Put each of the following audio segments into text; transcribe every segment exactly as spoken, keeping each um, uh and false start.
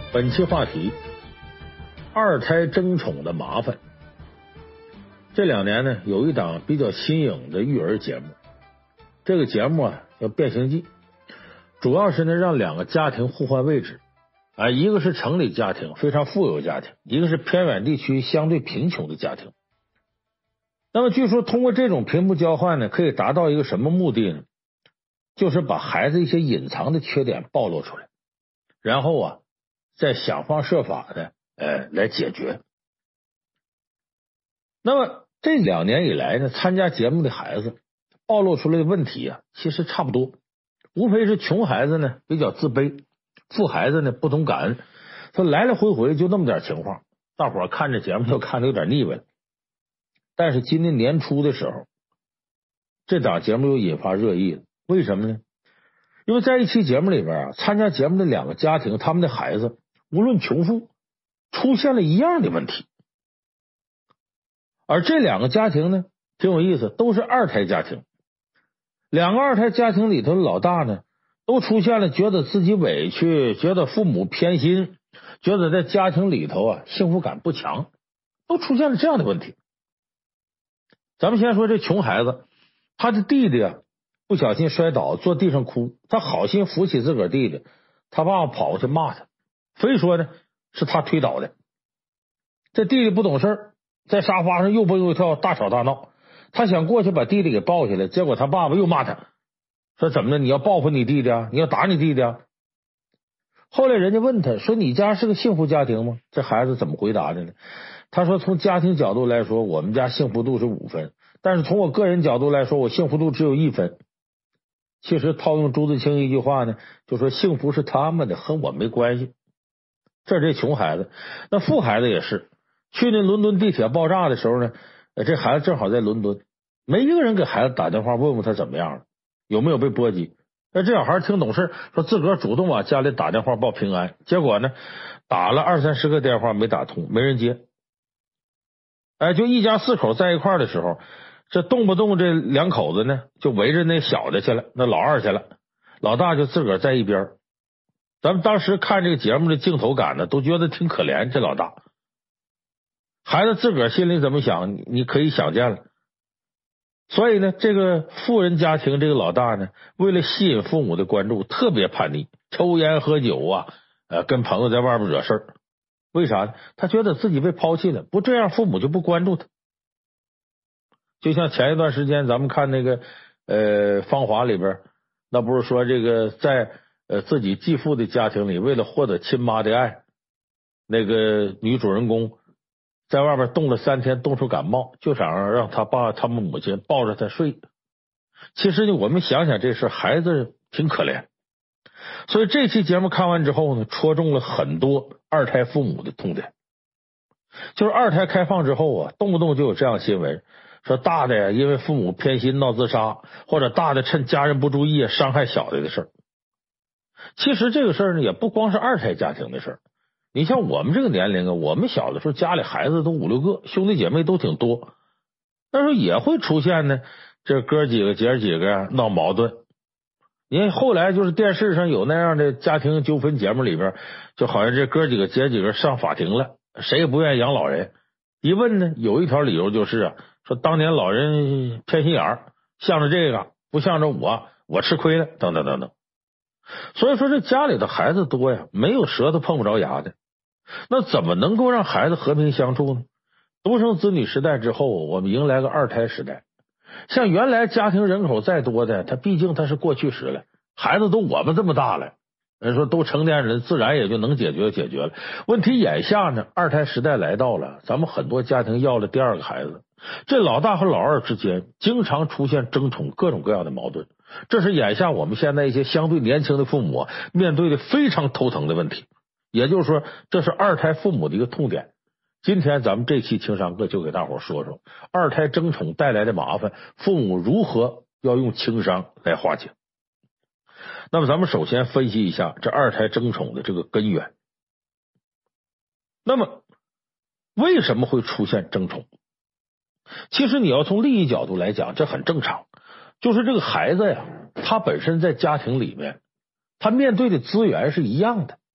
本期话题：二胎争宠的麻烦。这两年呢，有一档比较新颖的育儿节目，这个节目啊叫《变形记》，主要是呢让两个家庭互换位置啊，一个是城里家庭，非常富有家庭，一个是偏远地区相对贫穷的家庭。那么据说通过这种贫富交换呢，可以达到一个什么目的呢？就是把孩子一些隐藏的缺点暴露出来，然后啊再想方设法的呃来解决。那么这两年以来呢，参加节目的孩子暴露出来的问题啊，其实差不多，无非是穷孩子呢比较自卑，富孩子呢不懂感恩，说来来回回就那么点情况，大伙儿看这节目就看得有点腻歪了。但是今年年初的时候，这档节目又引发热议了，为什么呢？因为在一期节目里边啊，参加节目的两个家庭，他们的孩子无论穷富，出现了一样的问题。而这两个家庭呢，挺有意思，都是二胎家庭。两个二胎家庭里头的老大呢，都出现了觉得自己委屈，觉得父母偏心，觉得在家庭里头啊幸福感不强，都出现了这样的问题。咱们先说这穷孩子，他的弟弟啊不小心摔倒，坐地上哭，他好心扶起自个儿弟弟，他爸爸跑过去骂他，非说呢是他推倒的。这弟弟不懂事，在沙发上又蹦又跳，大吵大闹。他想过去把弟弟给抱下来，结果他爸爸又骂他，说怎么的，你要报复你弟弟啊，你要打你弟弟啊。后来人家问他说，你家是个幸福家庭吗？这孩子怎么回答的呢？他说从家庭角度来说，我们家幸福度是五分，但是从我个人角度来说，我幸福度只有一分。其实套用朱自清一句话呢，就说幸福是他们的，和我没关系。这是这穷孩子。那富孩子也是，去年伦敦地铁爆炸的时候呢，这孩子正好在伦敦，没一个人给孩子打电话问问他怎么样了，有没有被波及。那这小孩挺懂事，说自个儿主动往家里打电话报平安，结果呢打了二三十个电话没打通，没人接。哎，就一家四口在一块儿的时候，这动不动这两口子呢就围着那小的去了，那老二去了，老大就自个儿在一边。咱们当时看这个节目的镜头感呢，都觉得挺可怜，这老大孩子自个儿心里怎么想，你可以想见了。所以呢，这个富人家庭这个老大呢，为了吸引父母的关注，特别叛逆，抽烟喝酒啊，呃，跟朋友在外边惹事儿。为啥呢？他觉得自己被抛弃了，不这样父母就不关注他。就像前一段时间咱们看那个呃《芳华》里边，那不是说这个在呃自己继父的家庭里，为了获得亲妈的爱，那个女主人公在外边冻了三天，冻出感冒，就想让他爸他们母亲抱着他睡。其实呢，我们想想这事，孩子挺可怜。所以这期节目看完之后呢，戳中了很多二胎父母的痛点。就是二胎开放之后啊，动不动就有这样新闻，说大的呀因为父母偏心闹自杀，或者大的趁家人不注意伤害小的的事儿。其实这个事儿呢，也不光是二胎家庭的事儿。你像我们这个年龄啊，我们小的时候家里孩子都五六个，兄弟姐妹都挺多，那时候也会出现呢，这哥几个姐几个闹矛盾。你看后来就是电视上有那样的家庭纠纷节目里边，就好像这哥几个姐几个上法庭了，谁也不愿意养老人。一问呢，有一条理由就是啊，说当年老人偏心眼儿，向着这个不向着我，我吃亏了，等等等等。所以说这家里的孩子多呀，没有舌头碰不着牙的。那怎么能够让孩子和平相处呢？独生子女时代之后，我们迎来个二胎时代。像原来家庭人口再多的，他毕竟他是过去时了，孩子都我们这么大了，人说都成年人，自然也就能解决解决了。问题眼下呢，二胎时代来到了，咱们很多家庭要了第二个孩子，这老大和老二之间经常出现争宠，各种各样的矛盾，这是眼下我们现在一些相对年轻的父母面对的非常头疼的问题。也就是说，这是二胎父母的一个痛点。今天咱们这期情商课就给大伙说说二胎争宠带来的麻烦，父母如何要用情商来化解。那么咱们首先分析一下这二胎争宠的这个根源。那么为什么会出现争宠？其实你要从利益角度来讲，这很正常。就是这个孩子呀，他本身在家庭里面，他面对的资源是一样的。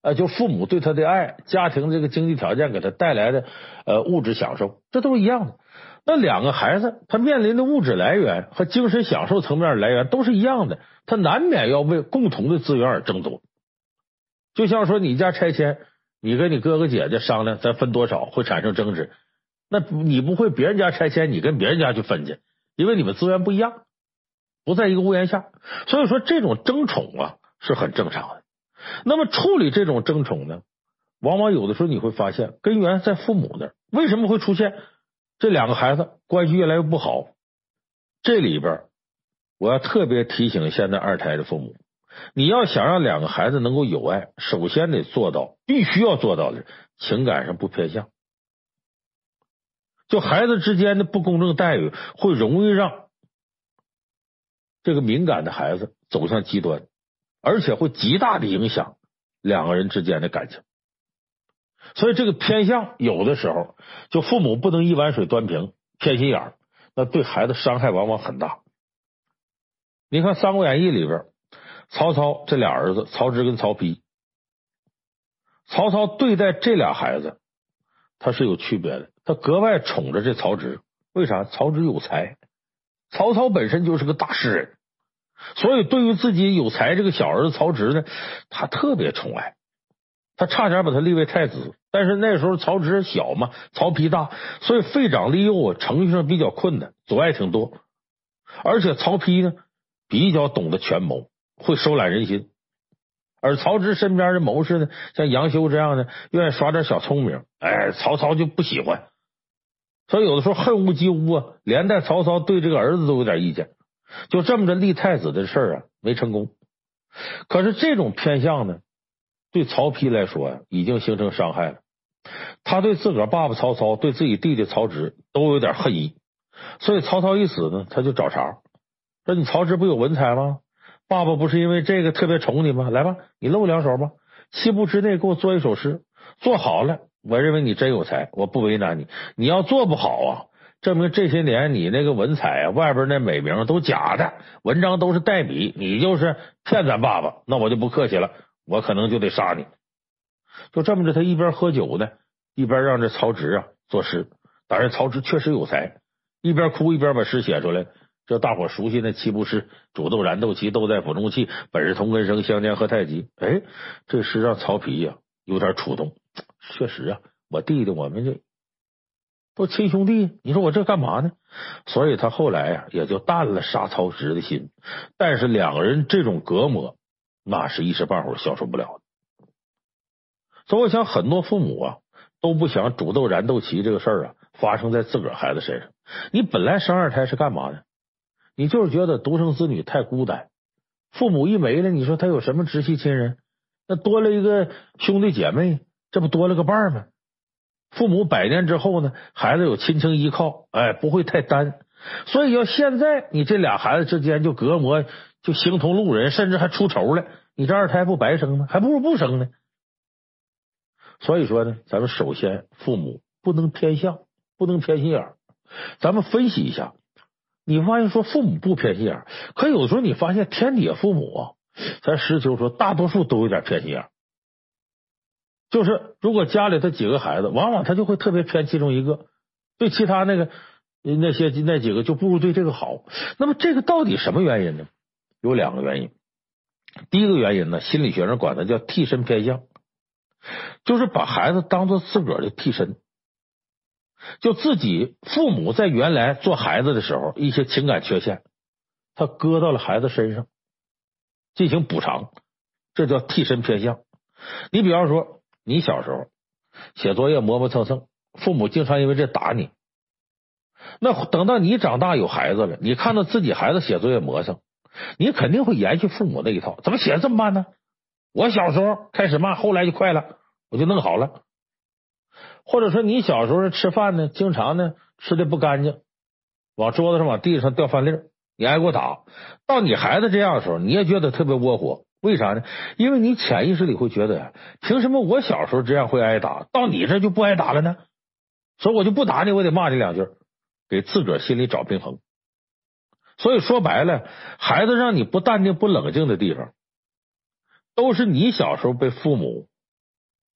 呃，就父母对他的爱，家庭这个经济条件给他带来的呃物质享受，这都是一样的。那两个孩子他面临的物质来源和精神享受层面的来源都是一样的，他难免要为共同的资源而争夺。就像说你家拆迁，你跟你哥哥姐姐商量咱分多少，会产生争执，那你不会别人家拆迁你跟别人家去分去，因为你们资源不一样，不在一个屋檐下，所以说这种争宠啊是很正常的。那么处理这种争宠呢，往往有的时候你会发现根源在父母那儿。为什么会出现这两个孩子关系越来越不好？这里边我要特别提醒现在二胎的父母，你要想让两个孩子能够有爱，首先得做到，必须要做到的情感上不偏向。就孩子之间的不公正待遇会容易让这个敏感的孩子走向极端，而且会极大的影响两个人之间的感情。所以这个偏向有的时候就父母不能一碗水端平，偏心眼儿，那对孩子伤害往往很大。你看《三国演义》里边，曹操这俩儿子曹植跟曹丕，曹操对待这俩孩子他是有区别的，他格外宠着这曹植。为啥？曹植有才，曹操本身就是个大诗人，所以对于自己有才这个小儿子曹植呢，他特别宠爱，他差点把他立为太子。但是那时候曹植小嘛，曹丕大，所以废长立幼啊，程序上比较困难，阻碍挺多。而且曹丕呢比较懂得权谋，会收揽人心，而曹植身边的谋士呢，像杨修这样的愿意耍点小聪明，哎，曹操就不喜欢。所以有的时候恨恶姬屋啊，连带曹操对这个儿子都有点意见。就这么着立太子的事儿啊没成功。可是这种偏向呢，对曹丕来说啊已经形成伤害了。他对自个儿爸爸曹操，对自己弟弟曹植都有点恨意。所以曹操一死呢，他就找茬，说你曹植不有文采吗？爸爸不是因为这个特别宠你吗？来吧，你露两手吧，七步之内给我做一首诗，做好了我认为你真有才，我不为难你。你要做不好啊，证明这些年你那个文采啊，外边那美名都假的，文章都是代笔，你就是骗咱爸爸，那我就不客气了，我可能就得杀你。就这么着，他一边喝酒呢，一边让这曹植啊作诗。当然曹植确实有才，一边哭一边把诗写出来。这大伙熟悉那七步诗：煮豆燃豆萁，豆在釜中泣，本是同根生，相煎何太急。哎，这诗让曹丕呀、啊、有点触动。确实啊，我弟弟我们这都亲兄弟，你说我这干嘛呢？所以他后来啊也就淡了杀曹植的心。但是两个人这种隔膜，那是一时半会儿消受不了的。所以我想很多父母啊都不想煮豆燃豆萁这个事儿啊发生在自个儿孩子身上。你本来生二胎是干嘛呢？你就是觉得独生子女太孤单，父母一没了，你说他有什么直系亲人？那多了一个兄弟姐妹，这不多了个伴儿吗？父母百年之后呢，孩子有亲情依靠，哎，不会太单。所以要现在你这俩孩子之间就隔膜，就形同路人，甚至还出仇了，你这二胎不白生吗？还不如不生呢。所以说呢，咱们首先父母不能偏向，不能偏心眼儿。咱们分析一下，你发现说父母不偏心眼儿，可有的时候你发现天底下父母啊，咱实求说大多数都有点偏心眼儿。就是如果家里头几个孩子，往往他就会特别偏其中一个，对其他那个那些那几个就不如对这个好。那么这个到底什么原因呢？有两个原因。第一个原因呢，心理学上管它叫替身偏向，就是把孩子当做自个儿的替身。就自己父母在原来做孩子的时候一些情感缺陷，他搁到了孩子身上进行补偿，这叫替身偏向。你比方说你小时候写作业磨磨蹭蹭，父母经常因为这打你，那等到你长大有孩子了，你看到自己孩子写作业磨蹭，你肯定会延续父母那一套，怎么写的这么慢呢？我小时候开始慢，后来就快了，我就弄好了。或者说你小时候吃饭呢，经常呢吃的不干净，往桌子上往地上掉饭粒儿，你挨过打。到你孩子这样的时候，你也觉得特别窝火。为啥呢？因为你潜意识里会觉得，凭什么我小时候这样会挨打，到你这就不挨打了呢？所以我就不打你，我得骂你两句，给自个儿心里找平衡。所以说白了，孩子让你不淡定不冷静的地方，都是你小时候被父母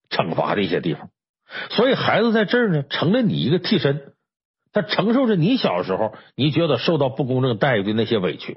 惩罚的一些地方。所以孩子在这儿呢，成了你一个替身，他承受着你小时候你觉得受到不公正待遇的那些委屈。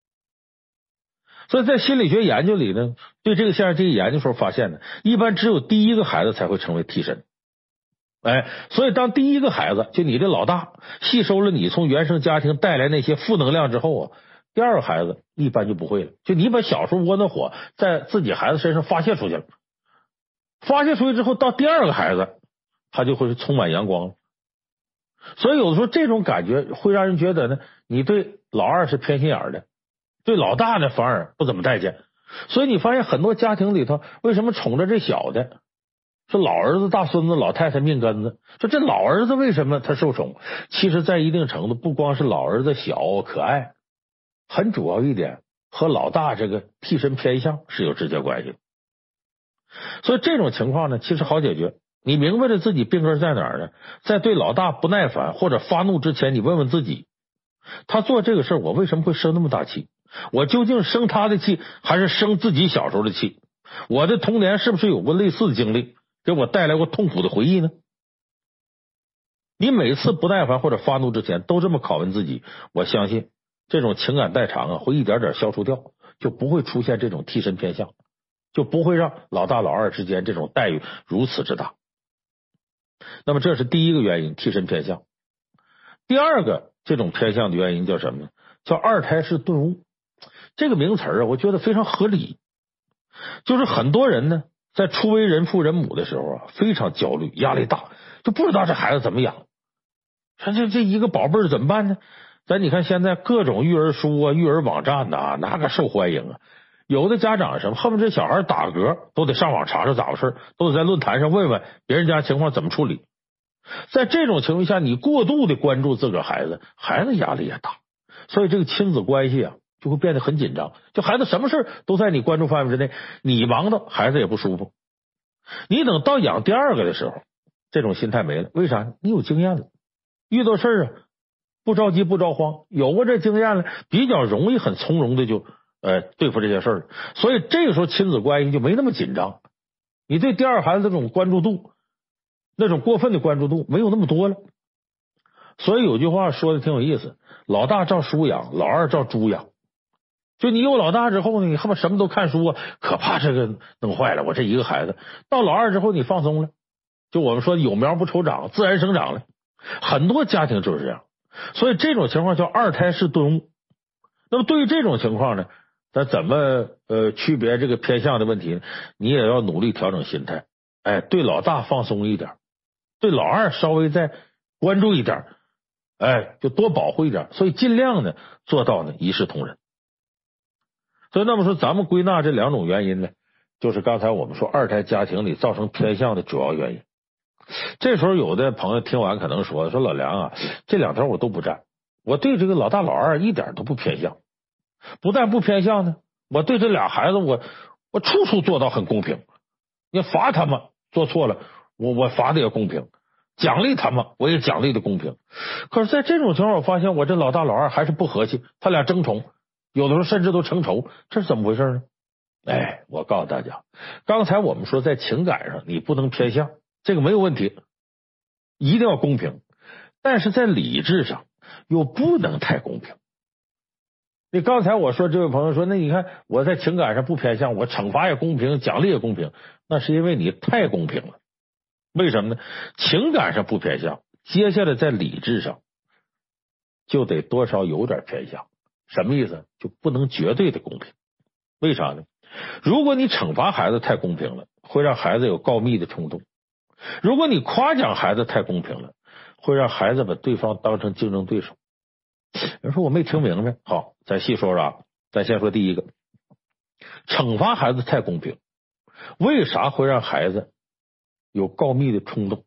所以在心理学研究里呢，对这个现象这个研究时候发现呢，一般只有第一个孩子才会成为替身。哎，所以当第一个孩子就你的老大吸收了你从原生家庭带来那些负能量之后啊，第二个孩子一般就不会了。就你把小时候窝那火在自己孩子身上发泄出去了，发泄出去之后，到第二个孩子他就会是充满阳光了。所以有的时候这种感觉会让人觉得呢，你对老二是偏心眼的，对老大呢反而不怎么待见。所以你发现很多家庭里头为什么宠着这小的，说老儿子大孙子老太太命根子，说这老儿子为什么他受宠？其实在一定程度不光是老儿子小可爱，很主要一点和老大这个替身偏向是有直接关系的。所以这种情况呢其实好解决，你明白了自己病根在哪儿呢？在对老大不耐烦或者发怒之前，你问问自己，他做这个事儿我为什么会生那么大气？我究竟生他的气还是生自己小时候的气？我的童年是不是有过类似的经历，给我带来过痛苦的回忆呢？你每次不耐烦或者发怒之前都这么拷问自己，我相信这种情感代偿啊会一点点消除掉，就不会出现这种替身偏向，就不会让老大老二之间这种待遇如此之大。那么这是第一个原因，替身偏向。第二个这种偏向的原因叫什么呢？叫二胎式顿悟。这个名词啊我觉得非常合理。就是很多人呢在初为人父人母的时候啊非常焦虑压力大，就不知道这孩子怎么养，说这这一个宝贝儿怎么办呢？咱你看现在各种育儿书啊育儿网站呐、啊，哪个受欢迎啊？有的家长什么恨不得这小孩打嗝都得上网查查咋回事，都得在论坛上问问别人家情况怎么处理。在这种情况下，你过度的关注自个儿孩子，孩子压力也大，所以这个亲子关系啊就会变得很紧张。就孩子什么事都在你关注范围之内，你忙的孩子也不舒服。你等到养第二个的时候，这种心态没了，为啥？你有经验了，遇到事儿啊不着急不着慌，有过这经验了，比较容易很从容的就呃对付这些事儿。所以这个时候亲子关系就没那么紧张，你对第二孩子这种关注度，那种过分的关注度没有那么多了。所以有句话说的挺有意思，老大照书养，老二照猪养。就你有老大之后呢，你恨不什么都看书啊，可怕这个弄坏了我这一个孩子。到老二之后你放松了，就我们说有苗不愁长，自然生长了。很多家庭就是这样，所以这种情况叫二胎式顿悟。那么对于这种情况呢，咱怎么呃区别这个偏向的问题呢？你也要努力调整心态，哎，对老大放松一点，对老二稍微再关注一点，哎，就多保护一点，所以尽量呢做到呢一视同仁。所以那么说咱们归纳这两种原因呢，就是刚才我们说二胎家庭里造成偏向的主要原因。这时候有的朋友听完可能说说老梁啊，这两条我都不占，我对这个老大老二一点都不偏向。不但不偏向呢，我对这俩孩子我我处处做到很公平。你罚他们做错了，我我罚的也公平，奖励他们我也奖励的公平。可是在这种情况我发现我这老大老二还是不和气，他俩争宠，有的时候甚至都成仇，这是怎么回事呢？哎，我告诉大家，刚才我们说在情感上你不能偏向，这个没有问题，一定要公平，但是在理智上又不能太公平。你刚才我说这位朋友说，那你看我在情感上不偏向，我惩罚也公平，奖励也公平，那是因为你太公平了。为什么呢？情感上不偏向，接下来在理智上就得多少有点偏向。什么意思？就不能绝对的公平。为啥呢？如果你惩罚孩子太公平了，会让孩子有告密的冲动；如果你夸奖孩子太公平了，会让孩子把对方当成竞争对手。有人说我没听明白，好，咱细说说啊。咱先说第一个，惩罚孩子太公平，为啥会让孩子有告密的冲动？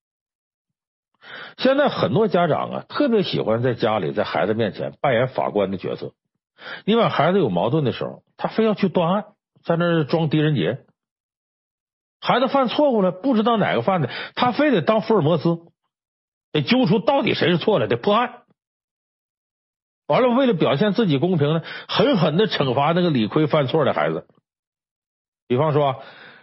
现在很多家长啊，特别喜欢在家里在孩子面前扮演法官的角色。你把孩子有矛盾的时候，他非要去断案，在那装狄仁杰。孩子犯错误了，不知道哪个犯的，他非得当福尔摩斯，得揪出到底谁是错了，得破案。完了，为了表现自己公平呢，狠狠的惩罚那个理亏犯错的孩子。比方说，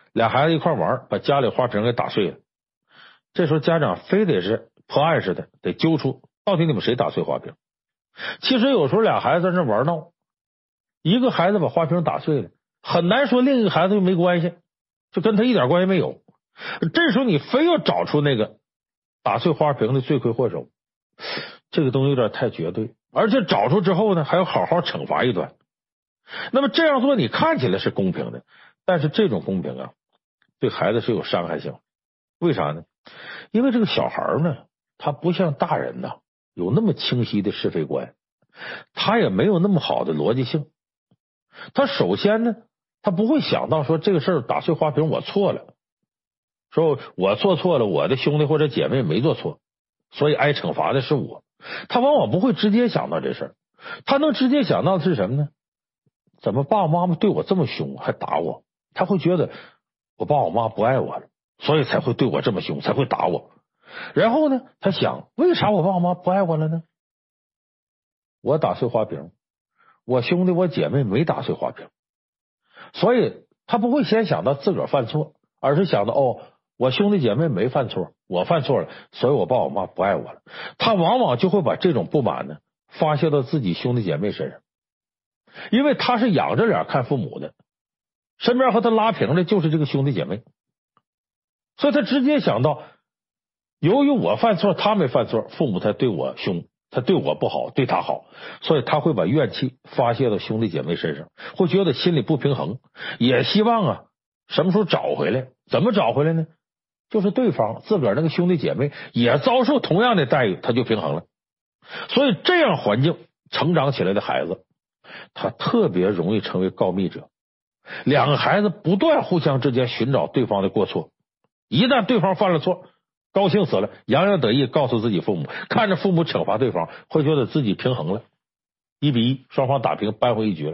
俩孩子一块玩，把家里花瓶给打碎了。这时候家长非得是破案似的，得揪出到底你们谁打碎花瓶。其实有时候俩孩子在那玩闹，一个孩子把花瓶打碎了，很难说另一个孩子就没关系，就跟他一点关系没有。这时候你非要找出那个打碎花瓶的罪魁祸首，这个东西有点太绝对，而且找出之后呢，还要好好惩罚一段。那么这样做你看起来是公平的，但是这种公平啊，对孩子是有伤害性。为啥呢？因为这个小孩呢，他不像大人呐有那么清晰的是非观，他也没有那么好的逻辑性。他首先呢，他不会想到说这个事儿打碎花瓶我错了，说我做错了，我的兄弟或者姐妹没做错，所以挨惩罚的是我。他往往不会直接想到这事儿，他能直接想到的是什么呢？怎么爸爸妈妈对我这么凶还打我？他会觉得我爸我妈不爱我了，所以才会对我这么凶，才会打我。然后呢，他想为啥我爸我妈不爱我了呢？我打碎花瓶，我兄弟我姐妹没打碎花瓶，所以他不会先想到自个儿犯错，而是想到哦，我兄弟姐妹没犯错，我犯错了，所以我爸我妈不爱我了。他往往就会把这种不满呢发泄到自己兄弟姐妹身上，因为他是仰着脸看父母的，身边和他拉平的就是这个兄弟姐妹，所以他直接想到，由于我犯错，他没犯错，父母才对我凶，他对我不好，对他好，所以他会把怨气发泄到兄弟姐妹身上，会觉得心里不平衡，也希望啊什么时候找回来。怎么找回来呢？就是对方自个儿那个兄弟姐妹也遭受同样的待遇，他就平衡了。所以这样环境成长起来的孩子，他特别容易成为告密者。两个孩子不断互相之间寻找对方的过错，一旦对方犯了错，高兴死了，洋洋得意告诉自己父母，看着父母惩罚对方，会觉得自己平衡了，一比一，双方打平，扳回一局了。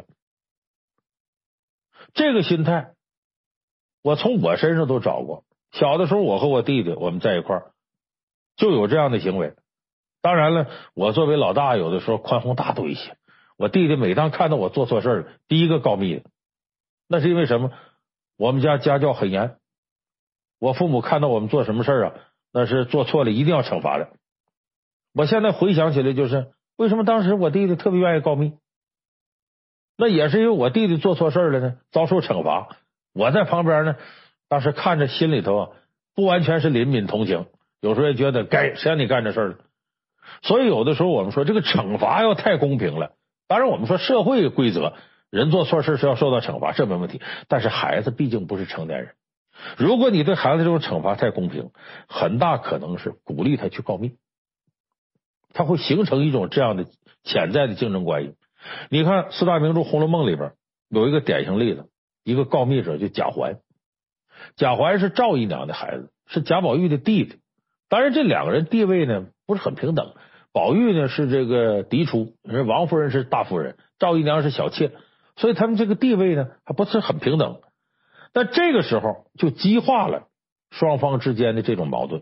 这个心态我从我身上都找过。小的时候我和我弟弟我们在一块儿就有这样的行为，当然了，我作为老大有的时候宽宏大度一些，我弟弟每当看到我做错事了，第一个告密的。那是因为什么？我们家家教很严，我父母看到我们做什么事啊，那是做错了一定要惩罚的。我现在回想起来，就是为什么当时我弟弟特别愿意告密，那也是因为我弟弟做错事了呢，遭受惩罚，我在旁边呢，当时看着心里头啊，不完全是怜悯同情，有时候也觉得该谁让你干这事了。所以有的时候我们说这个惩罚要太公平了，当然我们说社会规则，人做错事是要受到惩罚，这没问题。但是孩子毕竟不是成年人，如果你对孩子这种惩罚太公平，很大可能是鼓励他去告密，他会形成一种这样的潜在的竞争关系。你看四大名著《红楼梦》里边有一个典型例子，一个告密者就贾环。贾环是赵姨娘的孩子，是贾宝玉的弟弟。当然这两个人地位呢不是很平等，宝玉呢是这个嫡出，人王夫人是大夫人，赵姨娘是小妾，所以他们这个地位呢还不是很平等。但这个时候就激化了双方之间的这种矛盾。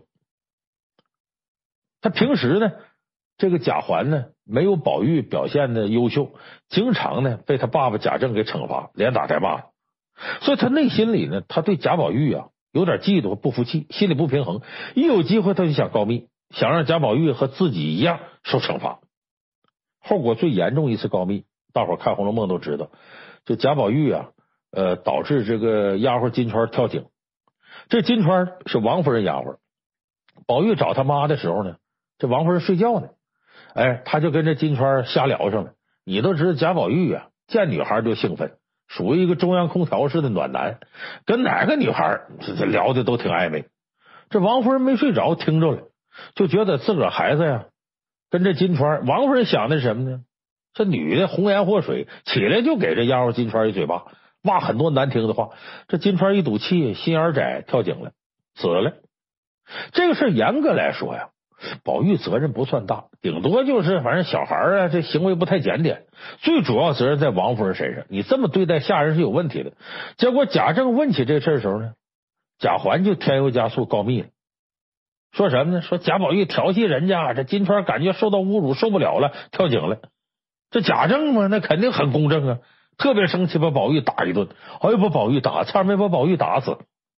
他平时呢，这个贾环呢没有宝玉表现的优秀，经常呢被他爸爸贾政给惩罚，连打带骂，所以他内心里呢，他对贾宝玉啊有点嫉妒不服气，心里不平衡，一有机会他就想告密，想让贾宝玉和自己一样受惩罚。后果最严重一次告密，大伙儿看《红楼梦》都知道，就贾宝玉啊呃导致这个丫鬟金钏跳井。这金钏是王夫人丫鬟，宝玉找他妈的时候呢，这王夫人睡觉呢，哎，他就跟这金钏瞎聊上了。你都知道贾宝玉啊见女孩就兴奋，属于一个中央空调式的暖男，跟哪个女孩这这聊的都挺暧昧。这王夫人没睡着，听着了，就觉得自个儿孩子呀跟这金钏，王夫人想的是什么呢？这女的红颜祸水，起来就给这丫鬟金钏一嘴巴，骂很多难听的话。这金钏一赌气，心眼窄，跳井了，死了。这个事严格来说呀，宝玉责任不算大，顶多就是反正小孩啊这行为不太检点，最主要责任在王夫人身上，你这么对待下人是有问题的。结果贾政问起这事的时候呢，贾环就添油加醋告密了，说什么呢？说贾宝玉调戏人家，这金钏感觉受到侮辱受不了了，跳井了。这贾政嘛，那肯定很公正啊，特别生气，把宝玉打一顿，哎呦，把宝玉打，差点没把宝玉打死。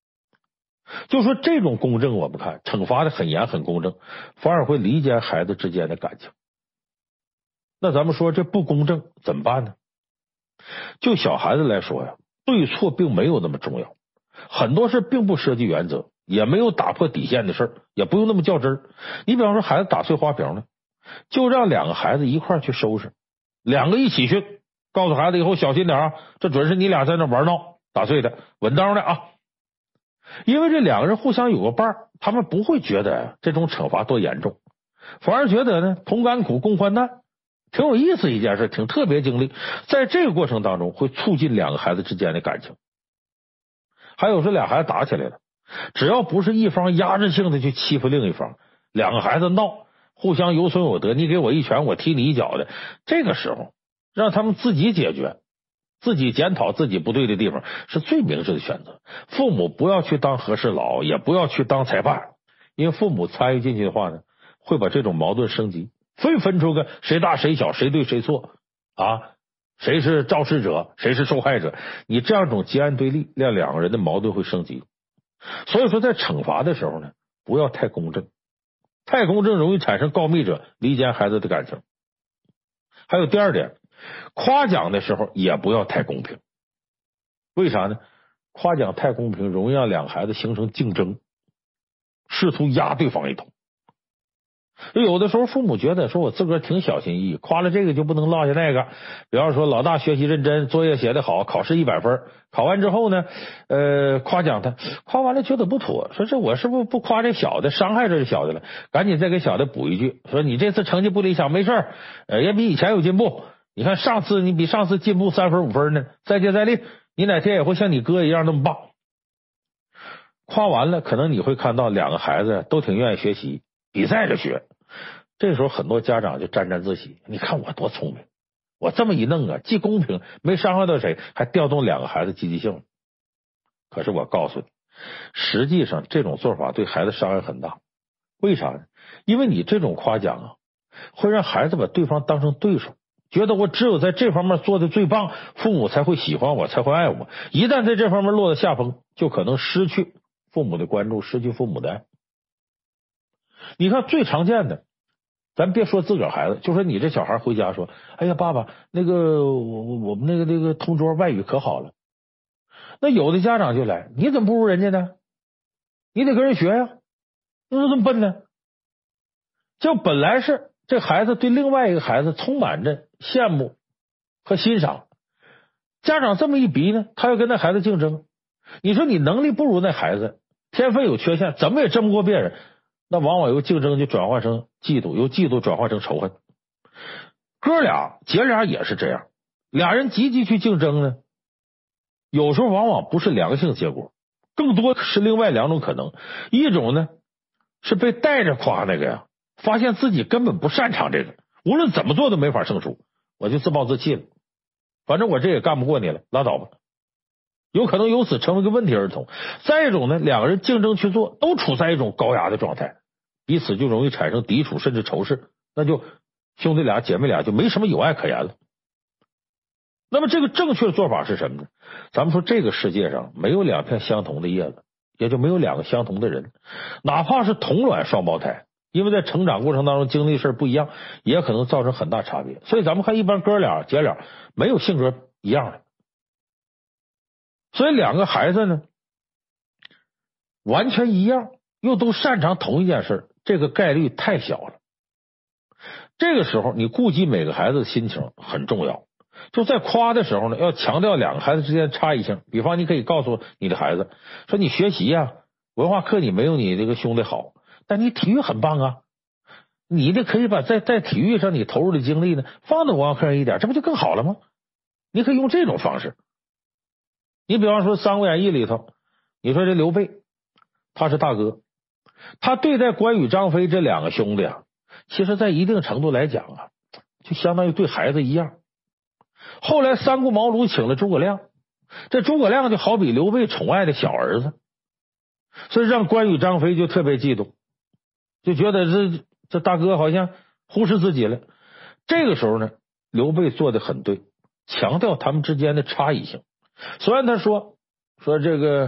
就说这种公正，我们看惩罚的很严很公正，反而会理解孩子之间的感情。那咱们说这不公正怎么办呢？就小孩子来说呀，对错并没有那么重要，很多事并不涉及原则，也没有打破底线的事，也不用那么较真儿。你比方说孩子打碎花瓶了，就让两个孩子一块去收拾，两个一起去告诉孩子以后小心点啊，这准是你俩在那玩闹打碎的，稳当的啊。因为这两个人互相有个伴儿，他们不会觉得这种惩罚多严重，反而觉得呢同甘苦共患难，挺有意思一件事，挺特别经历。在这个过程当中会促进两个孩子之间的感情。还有说俩孩子打起来了，只要不是一方压制性的去欺负另一方，两个孩子闹，互相有损有得，你给我一拳我踢你一脚的，这个时候让他们自己解决，自己检讨自己不对的地方，是最明智的选择。父母不要去当和事佬，也不要去当裁判，因为父母参与进去的话呢，会把这种矛盾升级，非分出个谁大谁小，谁对谁错啊，谁是肇事者，谁是受害者。你这样一种截然对立，让两个人的矛盾会升级。所以说在惩罚的时候呢，不要太公正，太公正容易产生告密者，离间孩子的感情。还有第二点，夸奖的时候也不要太公平。为啥呢？夸奖太公平容易让两个孩子形成竞争，试图压对方一头。有的时候父母觉得说我自个儿挺小心翼翼，夸了这个就不能落下那个。比方说老大学习认真，作业写得好，考试一百分，考完之后呢呃，夸奖他，夸完了觉得不妥，说这我是不是不夸这小的，伤害这小的了，赶紧再给小的补一句，说你这次成绩不理想没事，呃，也比以前有进步，你看上次你比上次进步三分五分呢，再接再厉，你哪天也会像你哥一样那么棒。夸完了可能你会看到两个孩子都挺愿意学习，比赛着学，这时候很多家长就沾沾自喜，你看我多聪明，我这么一弄啊，既公平没伤害到谁，还调动两个孩子积极性。可是我告诉你，实际上这种做法对孩子伤害很大。为啥呢？因为你这种夸奖啊，会让孩子把对方当成对手，觉得我只有在这方面做的最棒，父母才会喜欢我，才会爱我。一旦在这方面落到下风，就可能失去父母的关注，失去父母的爱。你看最常见的，咱别说自个儿孩子，就说你这小孩回家说，哎呀爸爸，那个我我们那个那个同桌外语可好了，那有的家长就来，你怎么不如人家呢？你得跟人学呀，你怎么这么笨呢？就本来是这孩子对另外一个孩子充满着羡慕和欣赏，家长这么一逼呢，他要跟那孩子竞争。你说你能力不如那孩子，天分有缺陷，怎么也争不过别人，那往往由竞争就转换成嫉妒，由嫉妒转换成仇恨。哥俩姐俩也是这样，俩人积极去竞争呢，有时候往往不是良性结果，更多是另外两种可能。一种呢是被带着夸那个呀，发现自己根本不擅长这个，无论怎么做都没法胜出，我就自暴自弃了，反正我这也干不过你了，拉倒吧，有可能由此成为个问题儿童。再一种呢，两个人竞争去做，都处在一种高压的状态，彼此就容易产生抵触甚至仇视，那就兄弟俩姐妹俩就没什么友爱可言了。那么这个正确的做法是什么呢？咱们说这个世界上没有两片相同的叶子，也就没有两个相同的人，哪怕是同卵双胞胎，因为在成长过程当中经历的事不一样，也可能造成很大差别。所以咱们看一般哥俩姐俩没有性格一样的，所以两个孩子呢完全一样，又都擅长同一件事，这个概率太小了。这个时候你顾及每个孩子的心情很重要。就在夸的时候呢，要强调两个孩子之间的差异性。比方你可以告诉你的孩子说，你学习呀、啊，文化课你没有你这个兄弟好，但你体育很棒啊，你这可以把在在体育上你投入的精力呢放到文化课上一点，这不就更好了吗？你可以用这种方式。你比方说《三国演义》里头，你说这刘备他是大哥，他对待关羽张飞这两个兄弟啊，其实在一定程度来讲啊，就相当于对孩子一样。后来三顾茅庐请了诸葛亮，这诸葛亮就好比刘备宠爱的小儿子，所以让关羽张飞就特别嫉妒，就觉得这这大哥好像忽视自己了。这个时候呢，刘备做的很对，强调他们之间的差异性。虽然他说说这个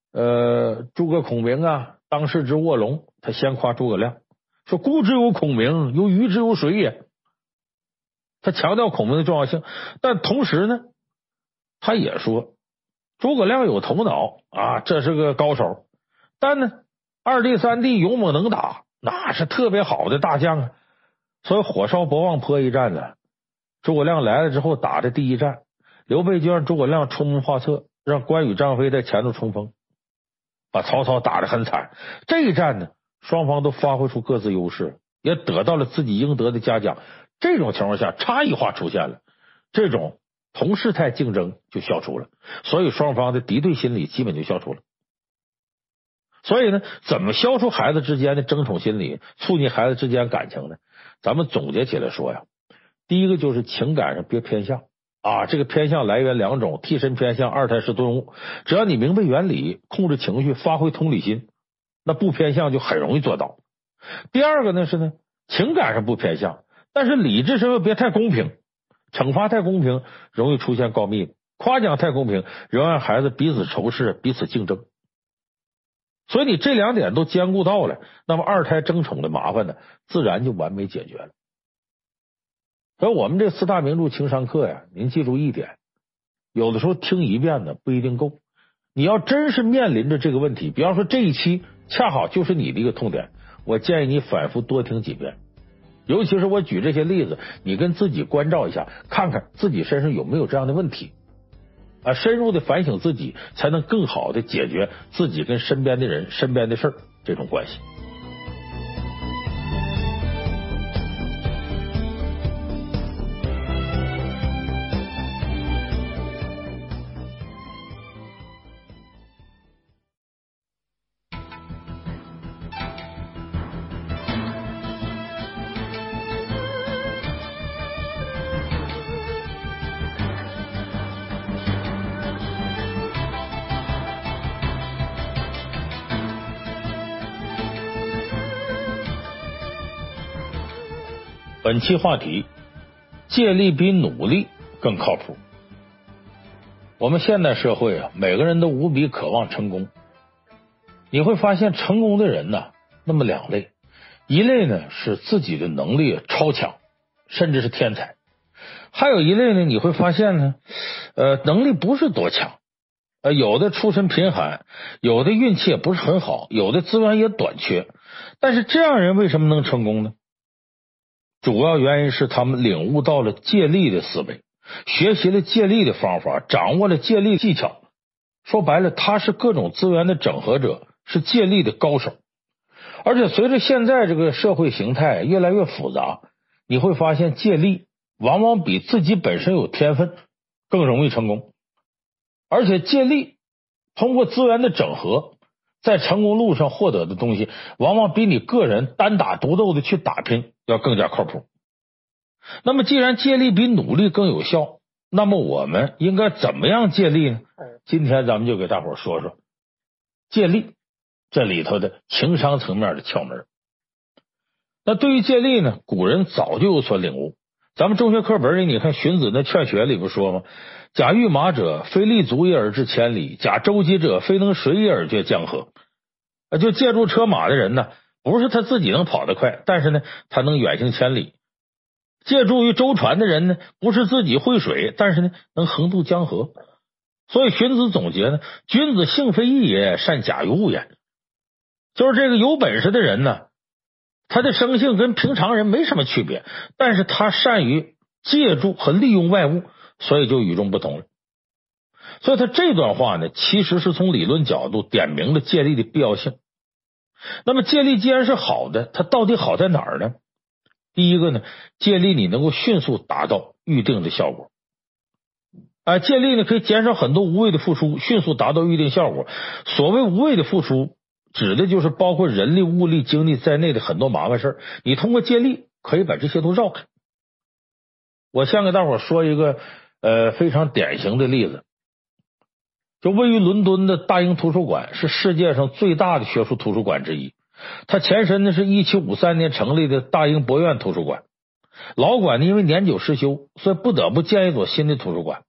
呃，诸葛孔明啊，当世之卧龙，他先夸诸葛亮，说古之有孔明，有虞之有谁也。他强调孔明的重要性，但同时呢，他也说诸葛亮有头脑啊，这是个高手，但呢，二弟三弟勇猛能打，那是特别好的大将啊。所以火烧博望坡一战呢，诸葛亮来了之后打的第一战，刘备就让诸葛亮出谋划策，让关羽、张飞在前头冲锋，把曹操打得很惨。这一战呢，双方都发挥出各自优势，也得到了自己应得的嘉奖。这种情况下，差异化出现了，这种同事态竞争就消除了，所以双方的敌对心理基本就消除了。所以呢，怎么消除孩子之间的争宠心理，促进孩子之间感情呢？咱们总结起来说呀，第一个就是情感上别偏向啊，这个偏向来源两种，替身偏向、二态式顿悟。只要你明白原理，控制情绪，发挥同理心，那不偏向就很容易做到。第二个呢是呢，情感上不偏向，但是理智上又别太公平，惩罚太公平容易出现告密，夸奖太公平容易让孩子彼此仇视、彼此竞争。所以你这两点都兼顾到了，那么二胎争宠的麻烦呢，自然就完美解决了。所以我们这四大名著情商课呀，您记住一点，有的时候听一遍呢不一定够，你要真是面临着这个问题，比方说这一期恰好就是你的一个痛点，我建议你反复多听几遍。尤其是我举这些例子，你跟自己关照一下，看看自己身上有没有这样的问题啊，深入的反省自己，才能更好的解决自己跟身边的人、身边的事儿这种关系。本期话题：借力比努力更靠谱。我们现代社会啊，每个人都无比渴望成功。你会发现，成功的人呢，那么两类，一类呢是自己的能力超强，甚至是天才；还有一类呢，你会发现呢，呃，能力不是多强，呃，有的出身贫寒，有的运气也不是很好，有的资源也短缺。但是这样人为什么能成功呢？主要原因是他们领悟到了借力的思维，学习了借力的方法，掌握了借力技巧。说白了，他是各种资源的整合者，是借力的高手。而且随着现在这个社会形态越来越复杂，你会发现借力往往比自己本身有天分更容易成功。而且借力通过资源的整合，在成功路上获得的东西，往往比你个人单打独斗的去打拼要更加靠谱。那么既然借力比努力更有效，那么我们应该怎么样借力呢？今天咱们就给大伙说说借力这里头的情商层面的窍门。那对于借力呢，古人早就有所领悟。咱们中学课本里，你看荀子那劝学里不说吗？假御马者，非立足也而至千里；假舟楫者，非能水也而绝江河。就借助车马的人呢，不是他自己能跑得快，但是呢，他能远行千里。借助于舟船的人呢，不是自己会水，但是呢，能横渡江河。所以荀子总结呢，君子性非异也，善假于物也。就是这个有本事的人呢，他的生性跟平常人没什么区别，但是他善于借助和利用外物，所以就与众不同了。所以他这段话呢，其实是从理论角度点明了借力的必要性。那么借力既然是好的，它到底好在哪儿呢？第一个呢，借力你能够迅速达到预定的效果。啊，借力呢可以减少很多无谓的付出，迅速达到预定效果。所谓无谓的付出，指的就是包括人力、物力、精力在内的很多麻烦事儿，你通过借力可以把这些都绕开。我先给大伙说一个呃非常典型的例子，就位于伦敦的大英图书馆是世界上最大的学术图书馆之一，它前身呢是一七五三年成立的大英博院图书馆。老馆呢因为年久失修，所以不得不建一所新的图书馆。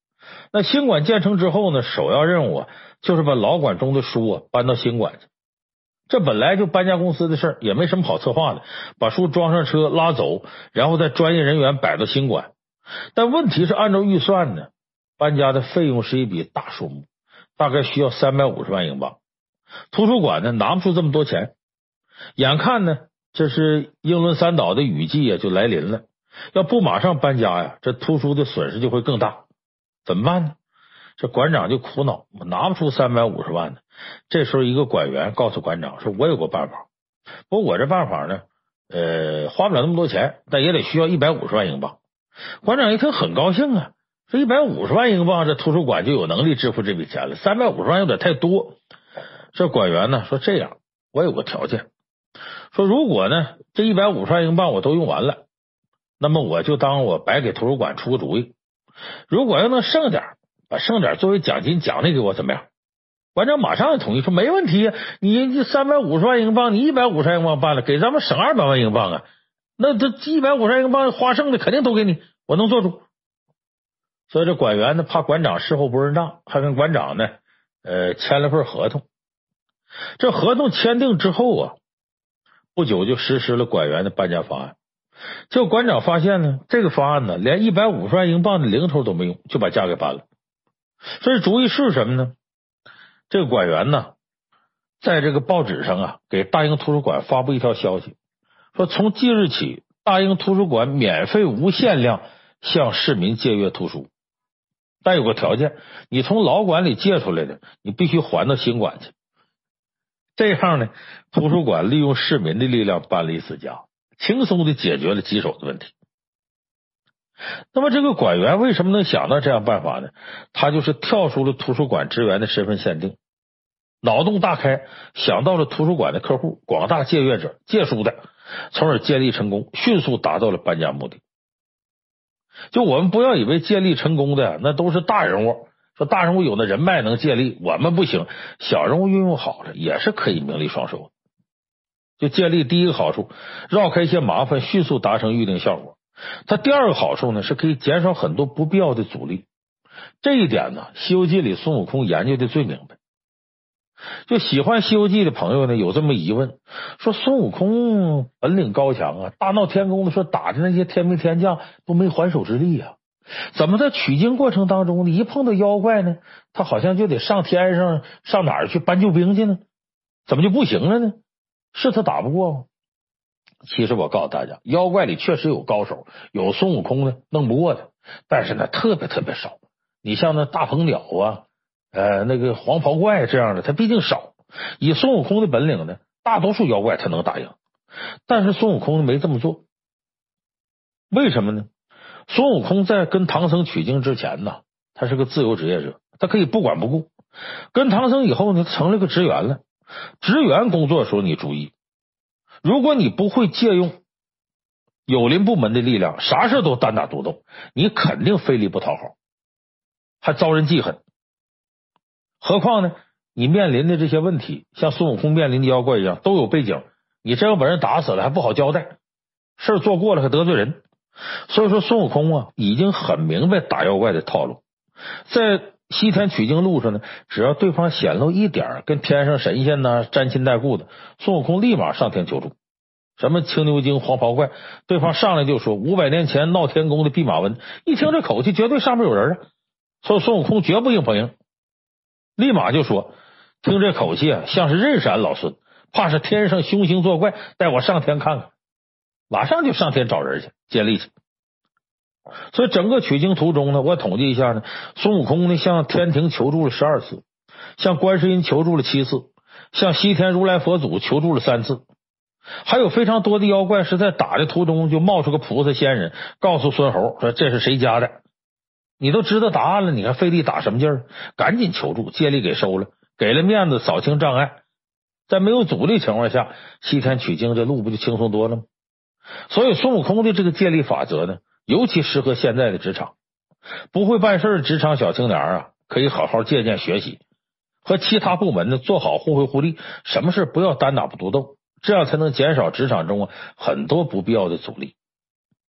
那新馆建成之后呢，首要任务啊，就是把老馆中的书啊搬到新馆去。这本来就搬家公司的事儿，也没什么好策划的，把书装上车拉走，然后再专业人员摆到新馆。但问题是，按照预算呢，搬家的费用是一笔大数目，大概需要三百五十万英镑。图书馆呢拿不出这么多钱，眼看呢这是英伦三岛的雨季啊就来临了，要不马上搬家呀，这图书的损失就会更大，怎么办呢？这馆长就苦恼，我拿不出三百五十万呢。这时候一个馆员告诉馆长说，我有个办法，不过我这办法呢呃，花不了那么多钱，但也得需要一百五十万英镑。馆长一听很高兴啊，说一百五十万英镑这图书馆就有能力支付这笔钱了，三百五十万有点太多。这馆员呢说，这样我有个条件，说如果呢这一百五十万英镑我都用完了，那么我就当我白给图书馆出个主意，如果要能剩点，把剩点作为奖金奖励给我怎么样？馆长马上就同意说，没问题，你三百五十万英镑，你一百五十万英镑办了，给咱们省二百万英镑啊，那这一百五十万英镑花剩的肯定都给你，我能做主。所以这馆员呢怕馆长事后不认账，还跟馆长呢呃签了份合同。这合同签订之后啊，不久就实施了馆员的搬家方案。结果馆长发现呢，这个方案呢连一百五十万英镑的零头都没用，就把家给搬了。所以主意是什么呢？这个馆员呢在这个报纸上啊给大英图书馆发布一条消息，说从即日起，大英图书馆免费无限量向市民借阅图书，但有个条件，你从老馆里借出来的你必须还到新馆去。这样呢，图书馆利用市民的力量搬了一次家，轻松的解决了棘手的问题。那么这个馆员为什么能想到这样办法呢？他就是跳出了图书馆职员的身份限定，脑洞大开，想到了图书馆的客户，广大借阅者，借书的，从而借力成功，迅速达到了搬家目的。就我们不要以为借力成功的那都是大人物，说大人物有那人脉能借力，我们不行，小人物运用好了也是可以名利双收。就借力第一个好处，绕开一些麻烦，迅速达成预定效果。它第二个好处呢，是可以减少很多不必要的阻力。这一点呢，《西游记》里孙悟空研究的最明白。就喜欢《西游记》的朋友呢，有这么疑问，说孙悟空本领高强啊，大闹天宫的时候打的那些天兵天将都没还手之力啊，怎么在取经过程当中呢，一碰到妖怪呢，他好像就得上天上上哪儿去搬救兵去呢？怎么就不行了呢？是他打不过吗？其实我告诉大家，妖怪里确实有高手，有孙悟空呢弄不过的，但是呢特别特别少。你像那大鹏鸟啊，呃那个黄袍怪这样的，他毕竟少。以孙悟空的本领呢，大多数妖怪他能打赢，但是孙悟空没这么做。为什么呢？孙悟空在跟唐僧取经之前呢，他是个自由职业者，他可以不管不顾。跟唐僧以后呢，他成了个职员了。职员工作的时候你注意，如果你不会借用有邻部门的力量，啥事都单打独斗，你肯定费力不讨好，还遭人记恨。何况呢，你面临的这些问题，像孙悟空面临的妖怪一样，都有背景，你真要把人打死了还不好交代，事儿做过了还得罪人。所以说孙悟空啊，已经很明白打妖怪的套路。在西天取经路上呢，只要对方显露一点跟天上神仙呢沾亲带故的，孙悟空立马上天求助。什么青牛精、黄袍怪，对方上来就说五百年前闹天宫的弼马温，一听这口气，绝对上面有人啊，所以孙悟空绝不硬碰硬，立马就说，听这口气啊，像是认识俺老孙，怕是天上凶星作怪，带我上天看看。马上就上天找人去接力去。所以整个取经途中呢，我统计一下呢，孙悟空呢向天庭求助了十二次，向观世音求助了七次，向西天如来佛祖求助了三次。还有非常多的妖怪是在打的途中就冒出个菩萨仙人，告诉孙猴说这是谁家的。你都知道答案了，你还费力打什么劲儿？赶紧求助，借力给收了，给了面子，扫清障碍。在没有阻力情况下，西天取经这路不就轻松多了吗？所以孙悟空的这个借力法则呢，尤其适合现在的职场。不会办事的职场小青年啊，可以好好借鉴学习，和其他部门呢做好互惠互利，什么事不要单打独斗，这样才能减少职场中啊很多不必要的阻力。